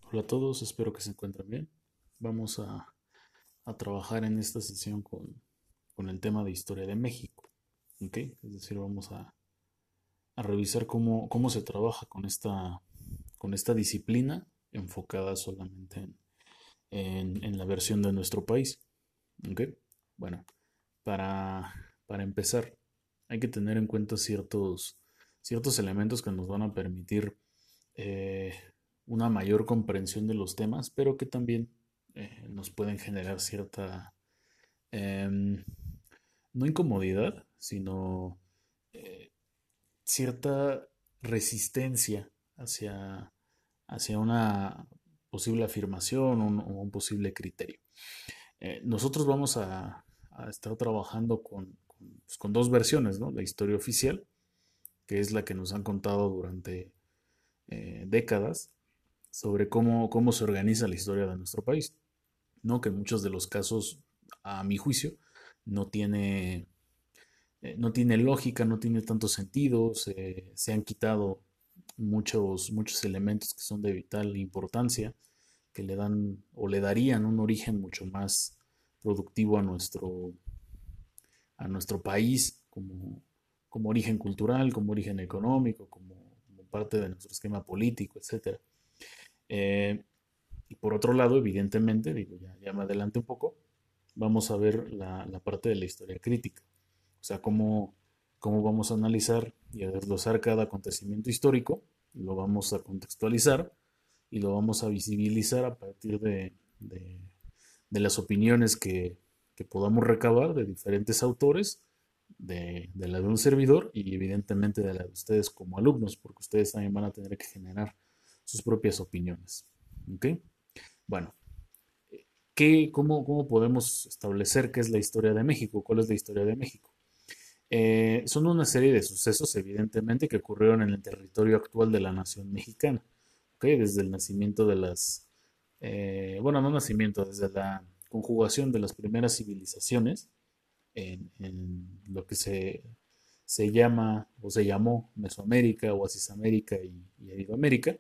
Hola a todos, espero que se encuentren bien. Vamos a trabajar en esta sesión con el tema de historia de México, ¿ok? Es decir, vamos a revisar cómo se trabaja con esta disciplina enfocada solamente en la versión de nuestro país, ¿ok? Bueno, para, para empezar, hay que tener en cuenta ciertos elementos que nos van a permitir eh, una mayor comprensión de los temas, pero que también nos pueden generar cierta, em, no incomodidad, sino eh, cierta resistencia hacia, hacia una posible afirmación o un posible criterio. Nosotros vamos a estar trabajando con dos versiones, ¿no? La historia oficial, que es la que nos han contado durante décadas sobre cómo se organiza la historia de nuestro país, ¿no? Que en muchos de los casos, a mi juicio, no tiene, no tiene lógica, no tiene tanto sentido, se han quitado muchos elementos que son de vital importancia, que le dan o le darían un origen mucho más productivo a nuestro país como origen cultural, como origen económico, como parte de nuestro esquema político, etcétera. Eh, y por otro lado, evidentemente, digo, ya me adelante un poco, vamos a ver la parte de la historia crítica. O sea, cómo vamos a analizar y a desglosar cada acontecimiento histórico, lo vamos a contextualizar y lo vamos a visibilizar a partir de las opiniones que podamos recabar de diferentes autores, de la de un servidor y evidentemente de la de ustedes como alumnos, porque ustedes también van a tener que generar sus propias opiniones. ¿Ok? Bueno, cómo podemos establecer qué es la historia de México? ¿Cuál es la historia de México? Son una serie de sucesos, evidentemente, que ocurrieron en el territorio actual de la nación mexicana, ¿ok? Desde el nacimiento bueno, no nacimiento, desde la conjugación de las primeras civilizaciones en lo que se llama o se llamó Mesoamérica, Oasisamérica y Aridoamérica,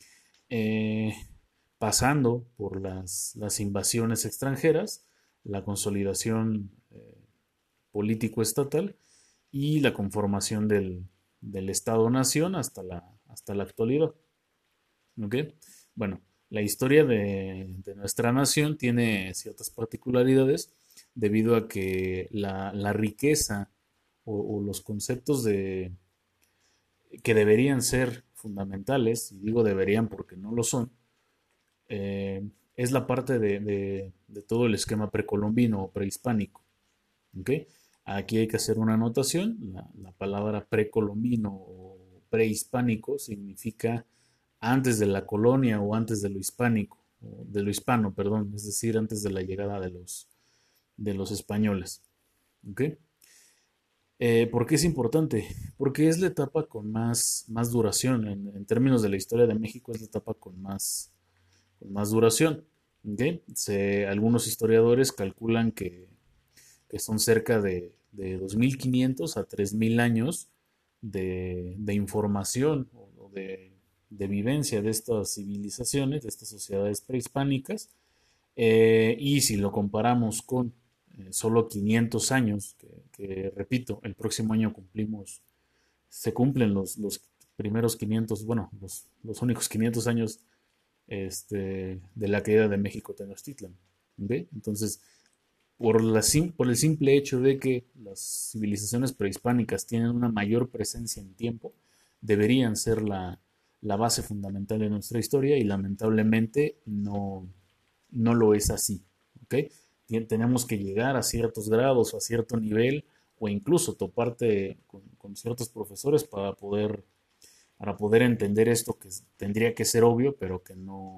eh, pasando por las invasiones extranjeras, la consolidación político-estatal y la conformación del Estado-Nación hasta la actualidad. ¿Ok? Bueno, la historia de nuestra nación tiene ciertas particularidades debido a que la riqueza o los conceptos que deberían ser fundamentales, y digo deberían porque no lo son, eh, es la parte de todo el esquema precolombino o prehispánico. ¿Ok? Aquí hay que hacer una anotación. La palabra precolombino o prehispánico significa antes de la colonia o antes de lo hispánico, o de lo hispano, perdón, es decir, antes de la llegada de los españoles. ¿Ok? ¿Por qué es importante? Porque es la etapa con más duración. En términos de la historia de México, es la etapa con más duración. ¿Ok? Algunos historiadores calculan que son cerca de 2.500 a 3.000 años de información o de vivencia de estas civilizaciones, de estas sociedades prehispánicas. Y si lo comparamos con solo 500 años, que repito, el próximo año se cumplen los primeros 500, bueno, los únicos 500 años de la caída de México Tenochtitlan. ¿Ok? Entonces, por el simple hecho de que las civilizaciones prehispánicas tienen una mayor presencia en tiempo, deberían ser la base fundamental de nuestra historia y lamentablemente no lo es así. ¿Ok? Tenemos que llegar a ciertos grados o a cierto nivel o incluso toparte con ciertos profesores para poder entender esto que tendría que ser obvio, pero que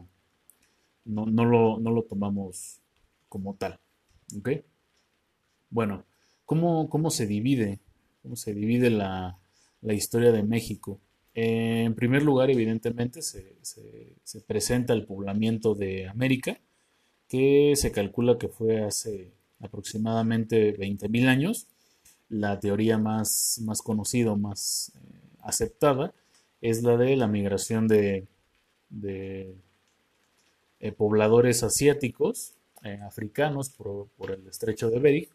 no lo tomamos como tal. ¿Ok? Bueno, ¿cómo se divide? ¿Cómo se divide la historia de México? En primer lugar, evidentemente, se presenta el poblamiento de América, que se calcula que fue hace aproximadamente 20.000 años. La teoría más conocida, más aceptada, es la de la migración de pobladores asiáticos, africanos, por el estrecho de Bering,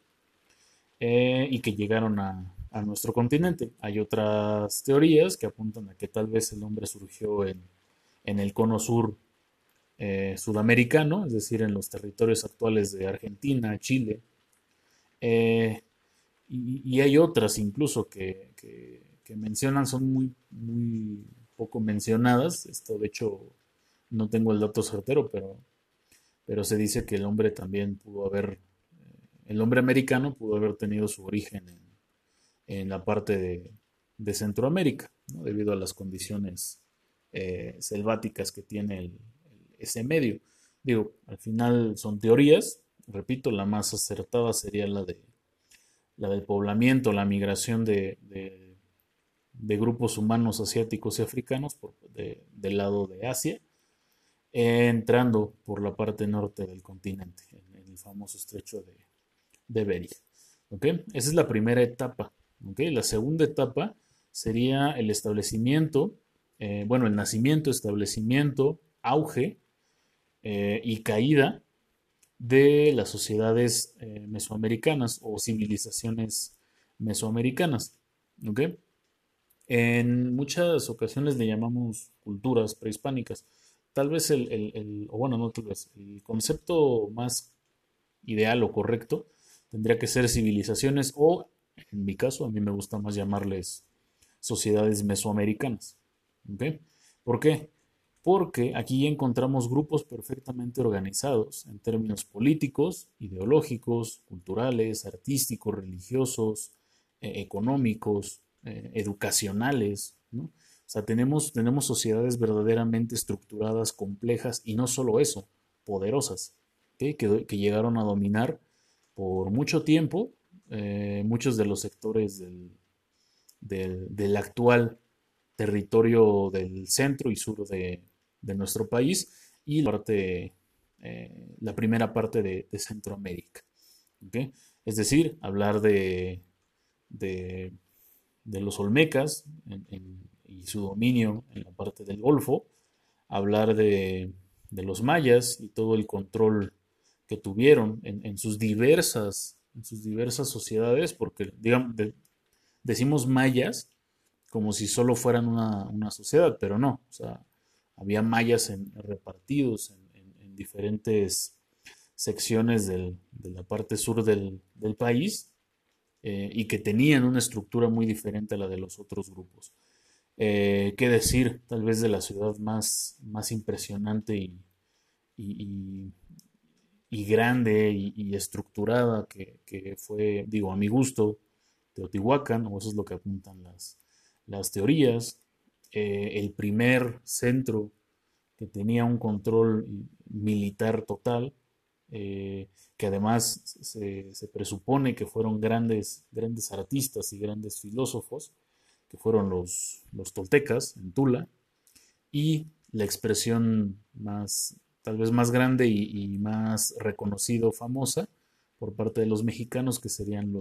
y que llegaron a nuestro continente. Hay otras teorías que apuntan a que tal vez el hombre surgió en el cono sur sudamericano, es decir, en los territorios actuales de Argentina, Chile, eh, y hay otras incluso que mencionan, son muy poco mencionadas. Esto, de hecho, no tengo el dato certero, pero se dice que el hombre también pudo haber, el hombre americano pudo haber tenido su origen en la parte de Centroamérica, ¿no? Debido a las condiciones selváticas que tiene ese medio. Digo, al final son teorías, repito, la más acertada sería la del poblamiento, la migración de grupos humanos asiáticos y africanos del lado de Asia, entrando por la parte norte del continente, en el famoso estrecho de Bering. ¿Ok? Esa es la primera etapa. ¿Ok? La segunda etapa sería el establecimiento, bueno, el nacimiento, establecimiento, auge y caída de las sociedades mesoamericanas o civilizaciones mesoamericanas. ¿Ok? En muchas ocasiones le llamamos culturas prehispánicas. Tal vez o bueno, no tal vez, el concepto más ideal o correcto tendría que ser civilizaciones o, en mi caso, a mí me gusta más llamarles sociedades mesoamericanas. ¿Ok? ¿Por qué? Porque aquí encontramos grupos perfectamente organizados en términos políticos, ideológicos, culturales, artísticos, religiosos, económicos, educacionales, ¿no? O sea, tenemos sociedades verdaderamente estructuradas, complejas y no solo eso, poderosas, ¿ok? Que llegaron a dominar por mucho tiempo muchos de los sectores del actual territorio del centro y sur de nuestro país y la primera parte de Centroamérica. ¿Ok? Es decir, hablar de, de los olmecas y su dominio en la parte del Golfo, hablar de los mayas y todo el control que tuvieron en sus diversas sociedades, porque digamos, decimos mayas como si solo fueran una sociedad, pero no, o sea, había mayas repartidos en diferentes secciones de la parte sur del país, y que tenían una estructura muy diferente a la de los otros grupos. ¿Qué decir tal vez de la ciudad más impresionante y- y grande y estructurada que fue, digo, a mi gusto, Teotihuacán, o eso es lo que apuntan las teorías? El primer centro que tenía un control militar total, eh, que además se presupone que fueron grandes artistas y grandes filósofos, que fueron los toltecas en Tula, y la expresión tal vez más grande y más reconocido, famosa, por parte de los mexicanos, que serían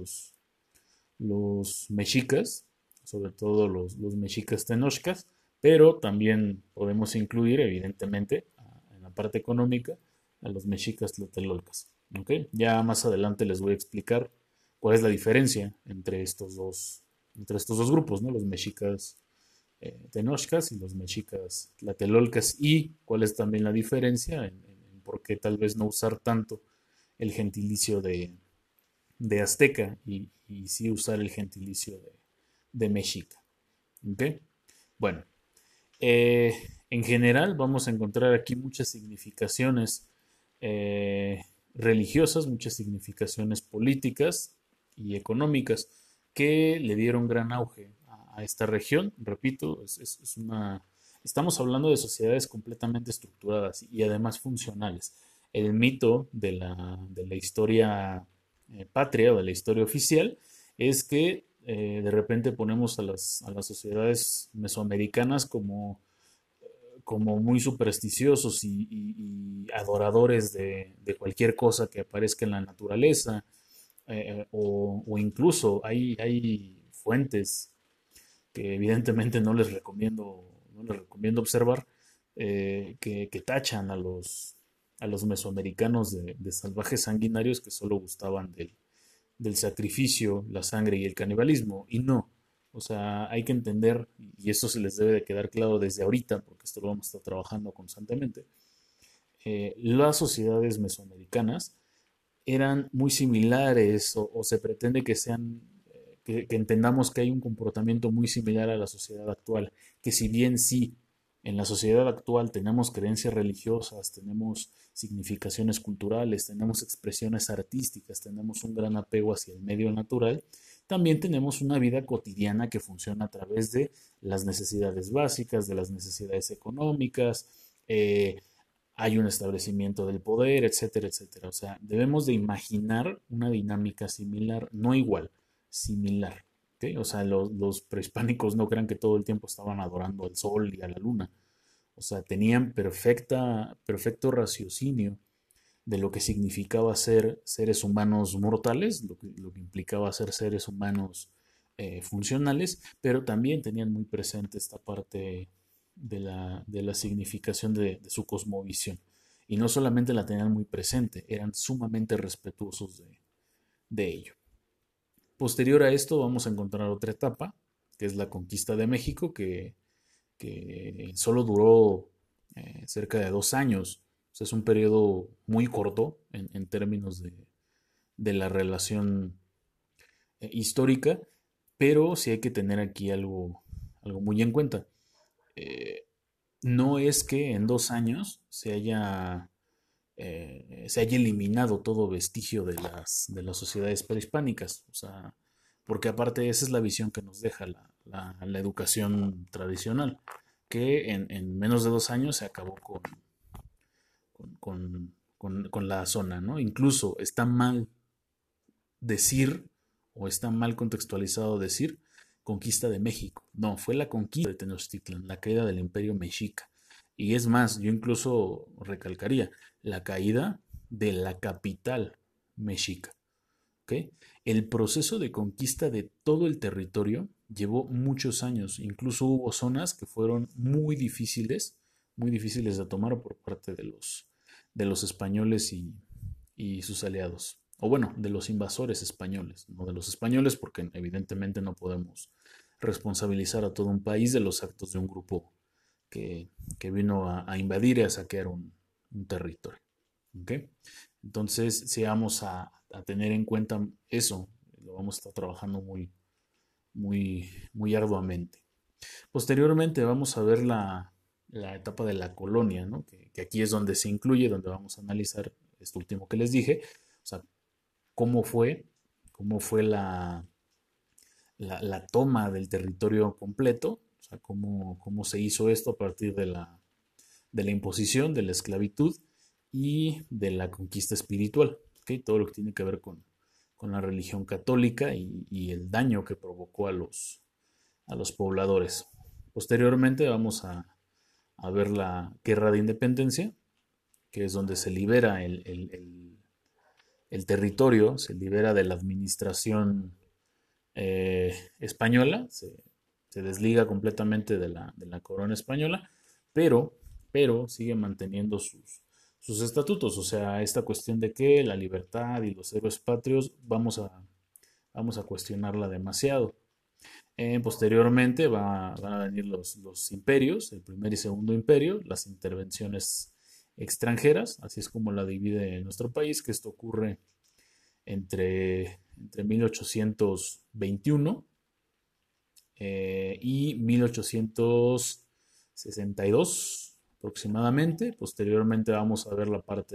los mexicas, sobre todo los mexicas tenochcas, pero también podemos incluir, evidentemente, en la parte económica, a los mexicas tlatelolcas. ¿Ok? Ya más adelante les voy a explicar cuál es la diferencia entre estos dos grupos, ¿no? Los mexicas tenochcas y los mexicas tlatelolcas, y cuál es también la diferencia en por qué tal vez no usar tanto el gentilicio de azteca y sí usar el gentilicio de mexica. ¿Ok? Bueno, eh, en general vamos a encontrar aquí muchas significaciones eh, religiosas, muchas significaciones políticas y económicas que le dieron gran auge a esta región. Repito, estamos hablando de sociedades completamente estructuradas y además funcionales. El mito de la historia patria o de la historia oficial es que de repente ponemos a las sociedades mesoamericanas como muy supersticiosos y adoradores de cualquier cosa que aparezca en la naturaleza, o incluso hay fuentes que evidentemente no les recomiendo observar, que tachan a los mesoamericanos de salvajes sanguinarios que solo gustaban del sacrificio, la sangre y el canibalismo. Y no, o sea, hay que entender, y eso se les debe de quedar claro desde ahorita, porque esto lo vamos a estar trabajando constantemente, las sociedades mesoamericanas eran muy similares o se pretende que sean, que entendamos que hay un comportamiento muy similar a la sociedad actual, que si bien sí, en la sociedad actual tenemos creencias religiosas, tenemos significaciones culturales, tenemos expresiones artísticas, tenemos un gran apego hacia el medio natural, también tenemos una vida cotidiana que funciona a través de las necesidades básicas, de las necesidades económicas, hay un establecimiento del poder, etcétera, etcétera. O sea, debemos de imaginar una dinámica similar, no igual, similar. ¿Ok? O sea, los prehispánicos no crean que todo el tiempo estaban adorando al sol y a la luna. O sea, tenían perfecto raciocinio de lo que significaba ser seres humanos mortales, lo que implicaba ser seres humanos funcionales, pero también tenían muy presente esta parte de la significación de su cosmovisión. Y no solamente la tenían muy presente, eran sumamente respetuosos de ello. Posterior a esto vamos a encontrar otra etapa, que es la conquista de México, que solo duró cerca de 2 años. O sea, es un periodo muy corto en términos de la relación histórica, pero sí hay que tener aquí algo muy en cuenta. Eh, no es que en 2 años se haya eliminado todo vestigio de las sociedades prehispánicas. O sea, porque aparte esa es la visión que nos deja la educación tradicional, que en menos de 2 años se acabó con la zona, ¿no? Incluso está mal decir o está mal contextualizado decir conquista de México. No, fue la conquista de Tenochtitlan, la caída del imperio mexica. Y es más, yo incluso recalcaría la caída de la capital mexica. ¿Ok? El proceso de conquista de todo el territorio llevó muchos años. Incluso hubo zonas que fueron muy difíciles de tomar por parte de los españoles y sus aliados. O bueno, de los invasores españoles, no de los españoles, porque evidentemente no podemos responsabilizar a todo un país de los actos de un grupo que vino a invadir y a saquear un territorio. ¿Ok? Entonces, si vamos a tener en cuenta eso, lo vamos a estar trabajando muy, muy, muy arduamente. Posteriormente vamos a ver la etapa de la colonia, ¿no? Que aquí es donde se incluye, donde vamos a analizar esto último que les dije, o sea, cómo fue la toma del territorio completo, o sea, cómo se hizo esto a partir de la imposición, de la esclavitud y de la conquista espiritual, ¿ok? Todo lo que tiene que ver con la religión católica y el daño que provocó a los pobladores. Posteriormente vamos a ver la guerra de independencia, que es donde se libera el territorio, se libera de la administración española, se desliga completamente de la corona española, pero, pero sigue manteniendo sus estatutos, o sea, esta cuestión de que la libertad y los héroes patrios vamos a cuestionarla demasiado. Posteriormente van a venir los imperios, el primer y segundo imperio, las intervenciones extranjeras, así es como la divide nuestro país, que esto ocurre entre 1821 y 1862 aproximadamente. Posteriormente vamos a ver la parte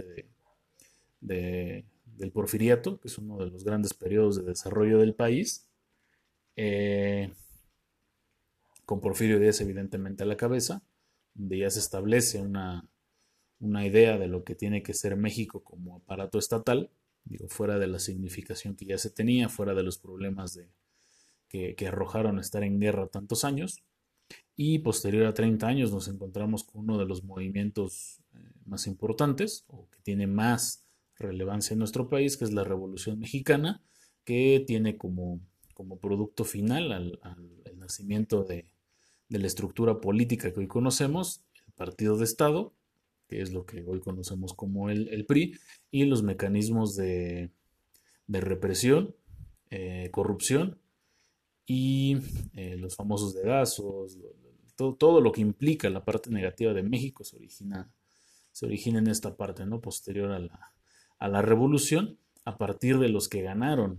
del Porfiriato, que es uno de los grandes periodos de desarrollo del país, eh, con Porfirio Díaz evidentemente a la cabeza, donde ya se establece una idea de lo que tiene que ser México como aparato estatal, digo, fuera de la significación que ya se tenía, fuera de los problemas que arrojaron estar en guerra tantos años. Y posterior a 30 años nos encontramos con uno de los movimientos más importantes o que tiene más relevancia en nuestro país, que es la Revolución Mexicana, que tiene como producto final el nacimiento de la estructura política que hoy conocemos, el Partido de Estado, que es lo que hoy conocemos como el PRI, y los mecanismos de represión, corrupción y los famosos dedazos, todo lo que implica la parte negativa de México se origina en esta parte, ¿no? Posterior a la revolución, a partir de los que ganaron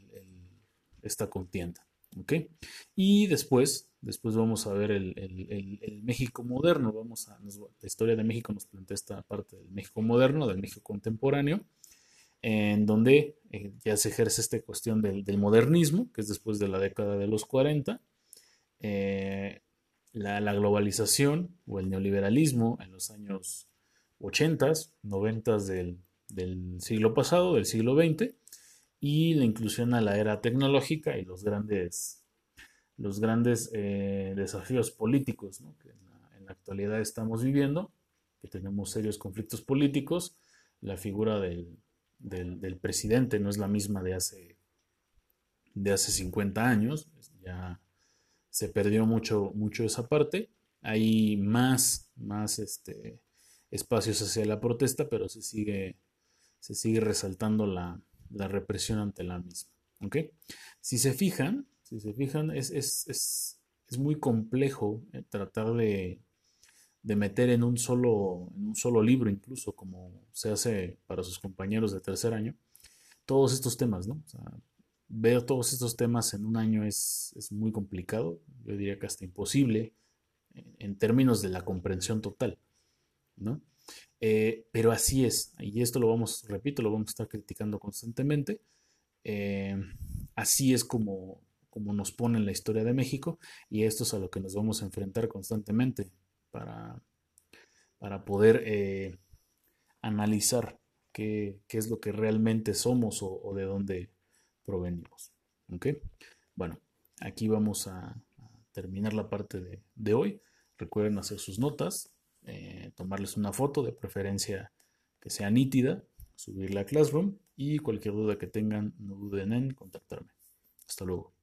esta contienda. ¿Ok? Y después vamos a ver el México moderno. La historia de México nos plantea esta parte del México moderno, del México contemporáneo, en donde ya se ejerce esta cuestión del modernismo, que es después de la década de los 40, eh, la globalización o el neoliberalismo en los años 80, 90 del siglo pasado, del siglo XX, y la inclusión a la era tecnológica y los grandes desafíos políticos, ¿no? Que en la actualidad estamos viviendo, que tenemos serios conflictos políticos. La figura del presidente no es la misma de hace 50 años, ya se perdió mucho esa parte. Hay más espacios hacia la protesta, pero se sigue resaltando la represión ante la misma. ¿Ok? Si se fijan, es muy complejo tratar de meter en un solo libro, incluso como se hace para sus compañeros de tercer año, todos estos temas, ¿no? O sea, ver todos estos temas en un año es muy complicado, yo diría que hasta imposible en términos de la comprensión total, ¿no? Pero así es, y esto repito, lo vamos a estar criticando constantemente. eh, Así es como nos pone en la historia de México, y esto es a lo que nos vamos a enfrentar constantemente para, para poder analizar qué es lo que realmente somos o de dónde provenimos. ¿Ok? Bueno, aquí vamos a terminar la parte de hoy. Recuerden hacer sus notas, tomarles una foto, de preferencia que sea nítida, subirla a Classroom, y cualquier duda que tengan, no duden en contactarme. Hasta luego.